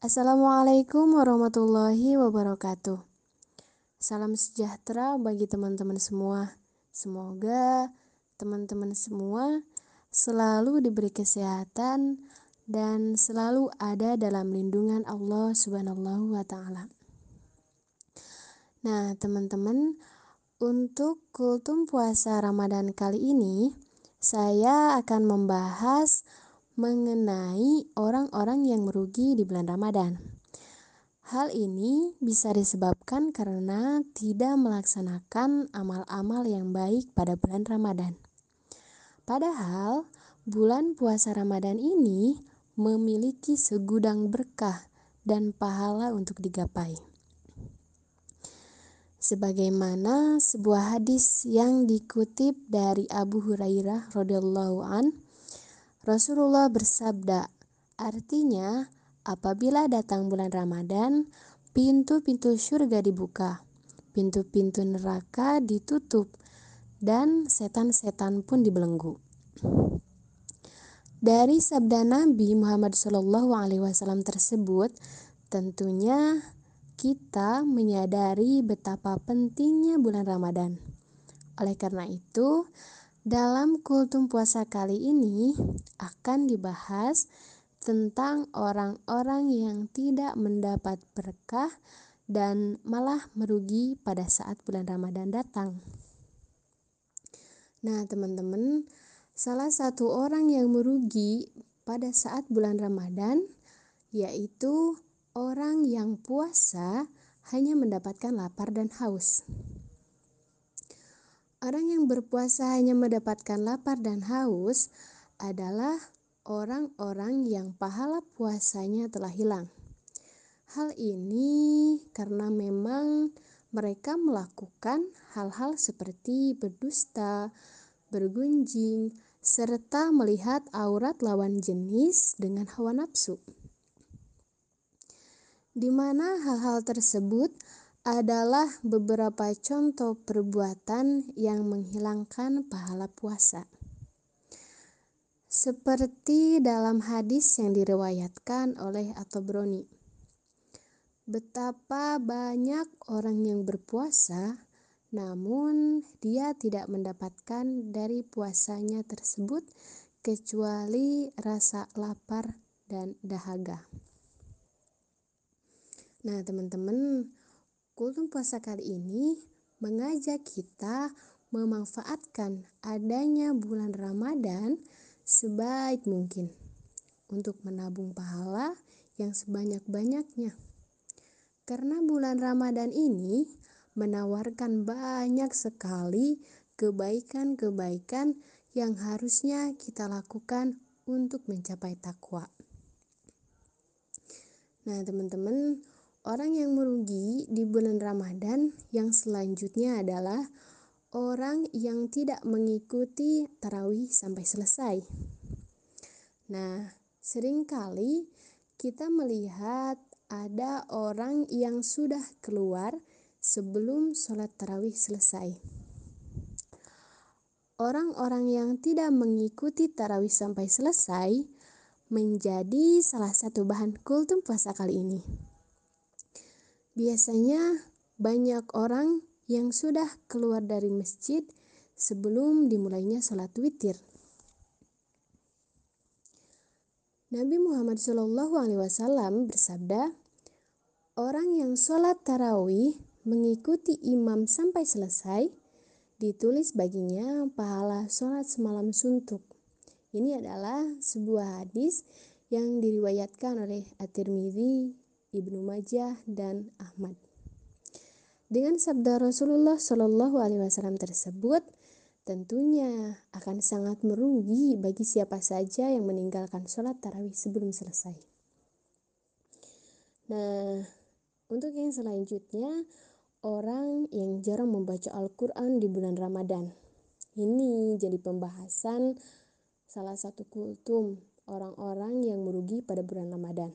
Assalamualaikum warahmatullahi wabarakatuh. Salam sejahtera bagi teman-teman semua. Semoga teman-teman semua selalu diberi kesehatan dan selalu ada dalam lindungan Allah Subhanahu wa Ta'ala. Nah, teman-teman, untuk kultum puasa Ramadan kali ini, saya akan membahas mengenai orang-orang yang merugi di bulan Ramadan. Hal ini bisa disebabkan karena tidak melaksanakan amal-amal yang baik pada bulan Ramadan. Padahal, bulan puasa Ramadan ini memiliki segudang berkah dan pahala untuk digapai. Sebagaimana sebuah hadis yang dikutip dari Abu Hurairah radhiyallahu an, Rasulullah bersabda, artinya apabila datang bulan Ramadan, pintu-pintu surga dibuka, pintu-pintu neraka ditutup, dan setan-setan pun dibelenggu. Dari sabda Nabi Muhammad SAW tersebut, tentunya kita menyadari betapa pentingnya bulan Ramadan. Oleh karena itu, dalam kultum puasa kali ini akan dibahas tentang orang-orang yang tidak mendapat berkah dan malah merugi pada saat bulan Ramadan datang. Nah, teman-teman, salah satu orang yang merugi pada saat bulan Ramadan yaitu orang yang puasa hanya mendapatkan lapar dan haus. Orang yang berpuasa hanya mendapatkan lapar dan haus adalah orang-orang yang pahala puasanya telah hilang. Hal ini karena memang mereka melakukan hal-hal seperti berdusta, bergunjing, serta melihat aurat lawan jenis dengan hawa nafsu. Di mana hal-hal tersebut adalah beberapa contoh perbuatan yang menghilangkan pahala puasa. Seperti dalam hadis yang diriwayatkan oleh At-Tabrani, betapa banyak orang yang berpuasa namun dia tidak mendapatkan dari puasanya tersebut kecuali rasa lapar dan dahaga. Nah, teman-teman, kultum puasa kali ini mengajak kita memanfaatkan adanya bulan Ramadan sebaik mungkin untuk menabung pahala yang sebanyak-banyaknya. Karena bulan Ramadan ini menawarkan banyak sekali kebaikan-kebaikan yang harusnya kita lakukan untuk mencapai takwa. Nah, teman-teman, orang yang merugi di bulan Ramadan yang selanjutnya adalah orang yang tidak mengikuti tarawih sampai selesai. Nah, seringkali kita melihat ada orang yang sudah keluar sebelum sholat tarawih selesai. Orang-orang yang tidak mengikuti tarawih sampai selesai menjadi salah satu bahan kultum puasa kali ini. Biasanya banyak orang yang sudah keluar dari masjid sebelum dimulainya sholat witir. Nabi Muhammad SAW bersabda, orang yang sholat tarawih mengikuti imam sampai selesai, ditulis baginya pahala sholat semalam suntuk. Ini adalah sebuah hadis yang diriwayatkan oleh At-Tirmidzi, Ibnu Majah, dan Ahmad. Dengan sabda Rasulullah SAW tersebut, tentunya akan sangat merugi bagi siapa saja yang meninggalkan sholat tarawih sebelum selesai. Nah, untuk yang selanjutnya, orang yang jarang membaca Al-Quran di bulan Ramadan. Ini jadi pembahasan salah satu kultum orang-orang yang merugi pada bulan Ramadan.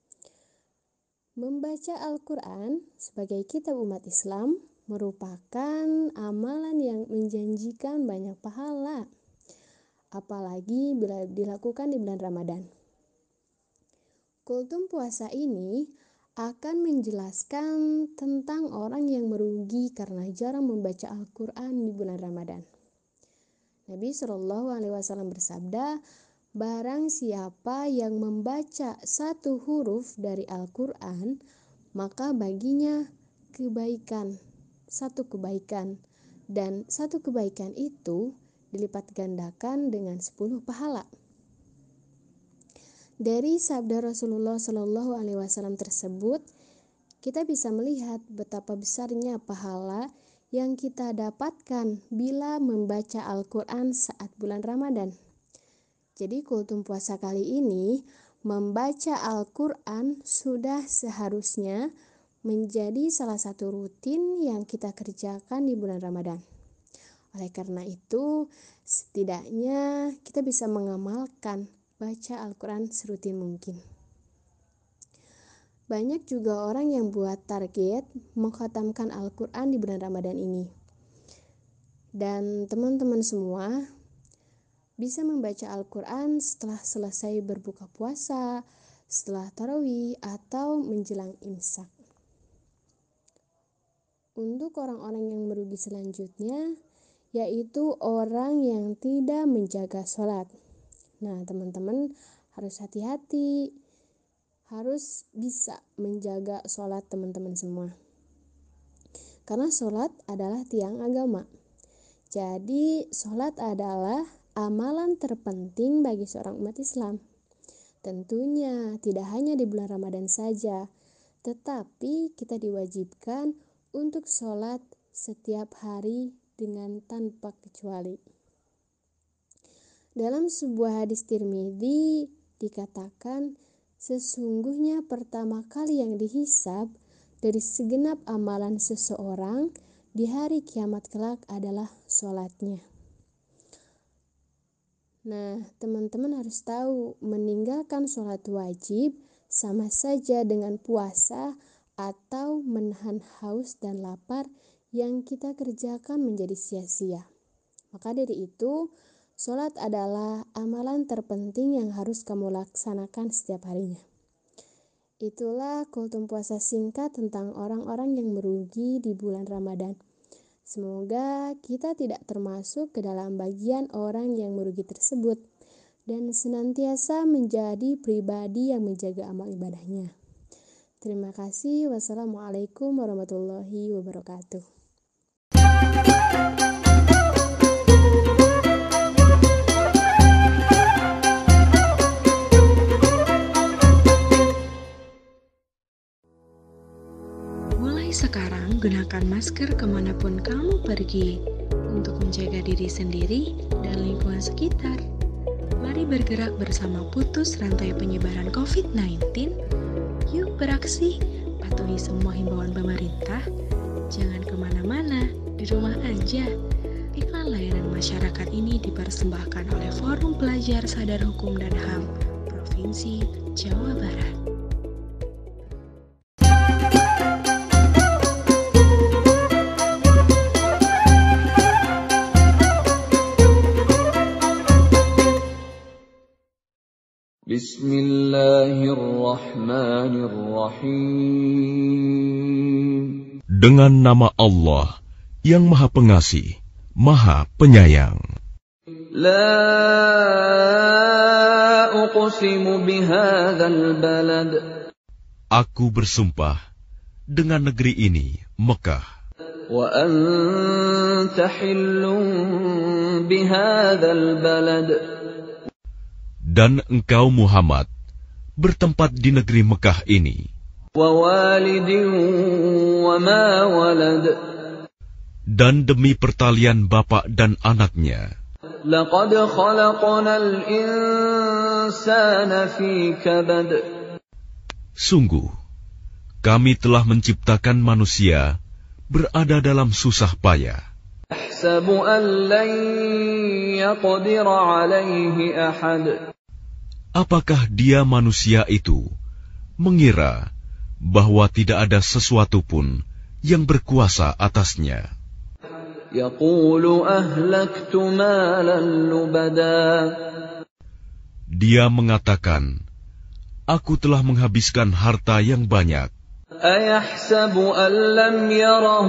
Membaca Al-Quran sebagai kitab umat Islam merupakan amalan yang menjanjikan banyak pahala, apalagi bila dilakukan di bulan Ramadan. Kultum puasa ini akan menjelaskan tentang orang yang merugi karena jarang membaca Al-Quran di bulan Ramadan. Nabi Shallallahu Alaihi Wasallam bersabda, barang siapa yang membaca satu huruf dari Al-Quran, maka baginya satu kebaikan, dan satu kebaikan itu dilipat gandakan dengan 10 pahala. Dari sabda Rasulullah Shallallahu Alaihi Wasallam tersebut, kita bisa melihat betapa besarnya pahala yang kita dapatkan bila membaca Al-Quran saat bulan Ramadan. Jadi kultum puasa kali ini, membaca Al-Quran sudah seharusnya menjadi salah satu rutin yang kita kerjakan di bulan Ramadan. Oleh karena itu, setidaknya kita bisa mengamalkan baca Al-Quran serutin mungkin. Banyak juga orang yang buat target mengkhatamkan Al-Quran di bulan Ramadan ini. Dan teman-teman semua bisa membaca Al-Quran setelah selesai berbuka puasa, setelah tarawih, atau menjelang imsak. Untuk orang-orang yang merugi selanjutnya, yaitu orang yang tidak menjaga sholat. Nah, teman-teman harus hati-hati, harus bisa menjaga sholat teman-teman semua. Karena sholat adalah tiang agama. Jadi sholat adalah amalan terpenting bagi seorang umat Islam. Tentunya tidak hanya di bulan Ramadan saja, tetapi kita diwajibkan untuk sholat setiap hari dengan tanpa kecuali. Dalam sebuah hadis Tirmidzi dikatakan, sesungguhnya pertama kali yang dihisab dari segenap amalan seseorang di hari kiamat kelak adalah sholatnya. Nah, teman-teman harus tahu, meninggalkan sholat wajib sama saja dengan puasa atau menahan haus dan lapar yang kita kerjakan menjadi sia-sia. Maka dari itu, sholat adalah amalan terpenting yang harus kamu laksanakan setiap harinya. Itulah kultum puasa singkat tentang orang-orang yang merugi di bulan Ramadan. Semoga kita tidak termasuk ke dalam bagian orang yang merugi tersebut dan senantiasa menjadi pribadi yang menjaga amal ibadahnya. Terima kasih. Wassalamualaikum warahmatullahi wabarakatuh. Mulai sekarang, gunakan masker kemanapun kamu pergi untuk menjaga diri sendiri dan lingkungan sekitar. Mari bergerak bersama putus rantai penyebaran COVID-19. Yuk beraksi, patuhi semua himbauan pemerintah. Jangan kemana-mana, di rumah aja. Iklan layanan masyarakat ini dipersembahkan oleh Forum Pelajar Sadar Hukum dan HAM Provinsi Jawa Barat. Bismillahirrahmanirrahim. Dengan nama Allah yang Maha Pengasih, Maha Penyayang. La uqsimu bihadzal balad. Aku bersumpah dengan negeri ini, Mekah. Wa anta hillun bihadzal balad. Dan engkau Muhammad bertempat di negeri Mekah ini. Dan demi pertalian bapak dan anaknya. Sungguh, kami telah menciptakan manusia berada dalam susah payah. Apakah dia manusia itu mengira bahwa tidak ada sesuatu pun yang berkuasa atasnya? Dia mengatakan, Aku telah menghabiskan harta yang banyak. أَيَحْسَبُ أَن لَّمْ يَرَهُ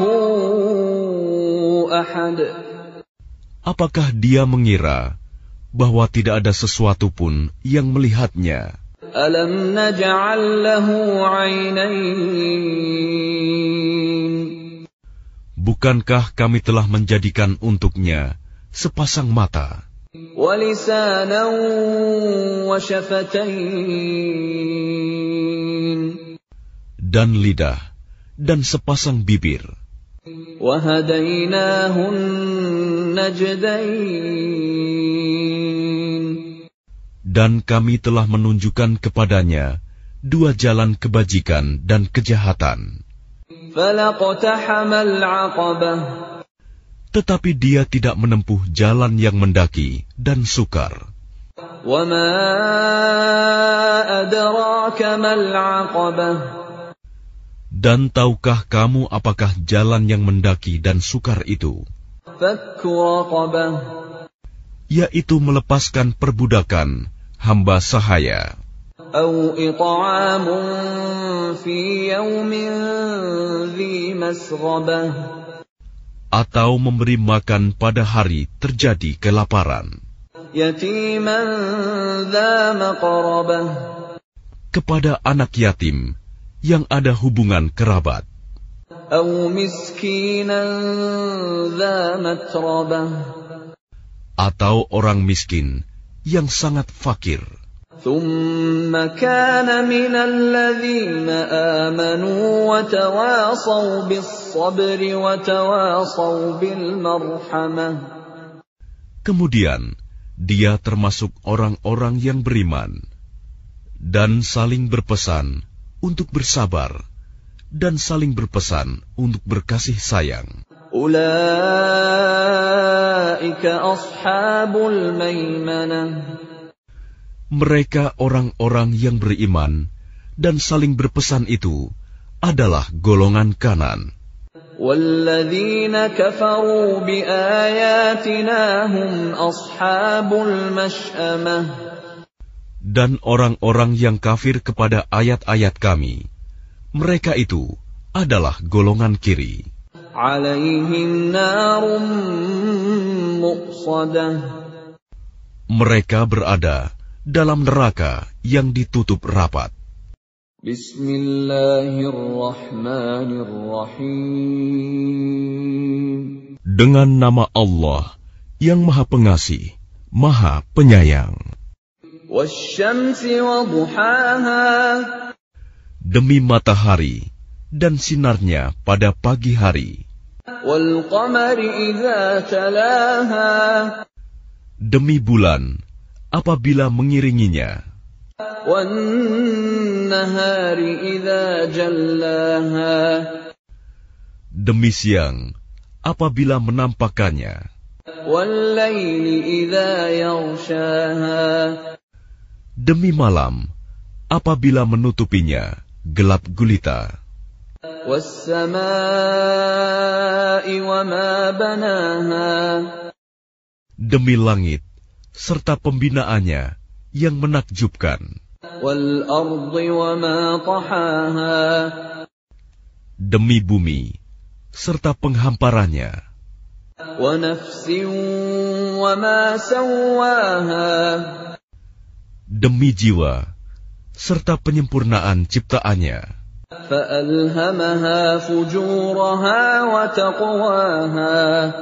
أَحَدٌ Apakah dia mengira bahwa tidak ada sesuatu pun yang melihatnya? أَلَمْ نَجْعَل لَّهُ عَيْنَيْنِ Bukankah kami telah menjadikan untuknya sepasang mata, وَلِسَانًا وَشَفَتَيْنِ dan lidah, dan sepasang bibir? وَهَدَيْنَاهُ النَّجْدَيْنِ Dan kami telah menunjukkan kepadanya dua jalan kebajikan dan kejahatan. فَلَقْتَحَمَ الْعَقَبَةَ Tetapi dia tidak menempuh jalan yang mendaki dan sukar. وَمَا أَدْرَاكَ مَا الْعَقَبَةُ Dan tahukah kamu apakah jalan yang mendaki dan sukar itu? فَكُّ رَقَبَةٍ Yaitu melepaskan perbudakan hamba sahaya, أَوْ إِطْعَامٌ فِي يَوْمٍ ذِي مَسْغَبَةٍ atau memberi makan pada hari terjadi kelaparan, يَتِيمًا ذَا مَقْرَبَةٍ kepada anak yatim yang ada hubungan kerabat, أَوْ مِسْكِينًا ذَا مَتْرَبَةٍ atau orang miskin yang sangat fakir. ثُمَّ كَانَ مِنَ الَّذِينَ آمَنُوا وَتَوَاصَوْا بِالصَّبْرِ وَتَوَاصَوْا بِالْمَرْحَمَةِ Kemudian dia termasuk orang-orang yang beriman dan saling berpesan untuk bersabar dan saling berpesan untuk berkasih sayang. أُولَئِكَ أَصْحَابُ الْمَيْمَنَةِ Mereka orang-orang yang beriman dan saling berpesan itu adalah golongan kanan. وَالَّذِينَ كَفَرُوا بِآيَاتِنَا هُمْ أَصْحَابُ الْمَشْأَمَةِ Dan orang-orang yang kafir kepada ayat-ayat kami, mereka itu adalah golongan kiri. عَلَيْهِمْ نَارٌ مُّؤْصَدَةٌ Mereka berada dalam neraka yang ditutup rapat. Bismillahirrahmanirrahim. Dengan nama Allah yang Maha Pengasih, Maha Penyayang. Wasyamsi wa duhaha. Demi matahari dan sinarnya pada pagi hari. Wal qamari idza talaha. Demi bulan apabila mengiringinya. Wan nahari idza jallaha. Demi siang apabila menampakkannya. Wal laili idza yaghshaha. Demi malam apabila menutupinya gelap gulita. Was samaa'i wa ma banaha. Demi langit serta pembinaannya yang menakjubkan. Wal ardi wa ma tahaha. Demi bumi serta penghamparannya. Wa nafsin wa ma sawwaha. Demi jiwa serta penyempurnaan ciptaannya. Fa'alhamaha fujuraha wa taqwaha.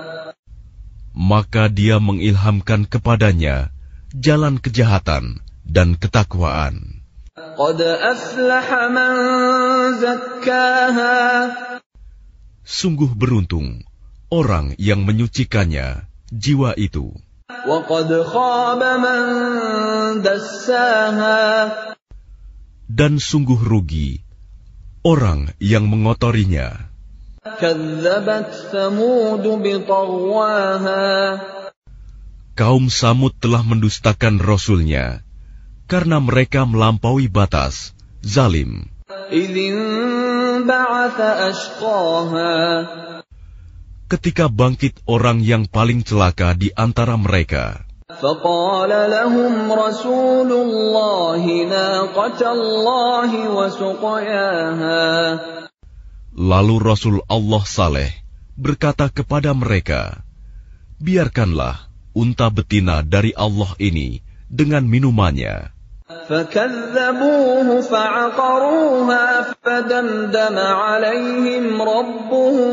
Maka dia mengilhamkan kepadanya jalan kejahatan dan ketakwaan. Qad aflaha man zakkaha. Sungguh beruntung orang yang menyucikannya, jiwa itu. Wa qad khaba man dassaha. Dan sungguh rugi orang yang mengotorinya. Kadzabat Thamud biṭaghwaha. Kaum Samud telah mendustakan Rasulnya karena mereka melampaui batas, zalim. Idzin ba'atha ashqaha. Ketika bangkit orang yang paling celaka di antara mereka. فقال لهم رسول الله ناقة الله وسقياها. Lalu Rasul Allah Saleh berkata kepada mereka, biarkanlah unta betina dari Allah ini dengan minumannya. فكذبوه فعقروها فدمدم عليهم ربهم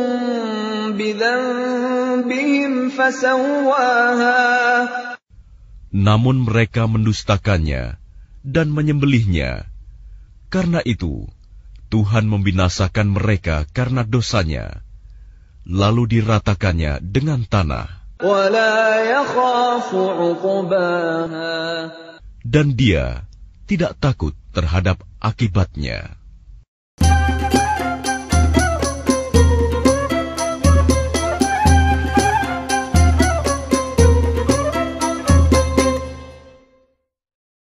بذنبهم فسواها. Namun mereka mendustakannya dan menyembelihnya. Karena itu, Tuhan membinasakan mereka karena dosanya, lalu diratakannya dengan tanah. ولا يخاف عقباها. Dan dia tidak takut terhadap akibatnya.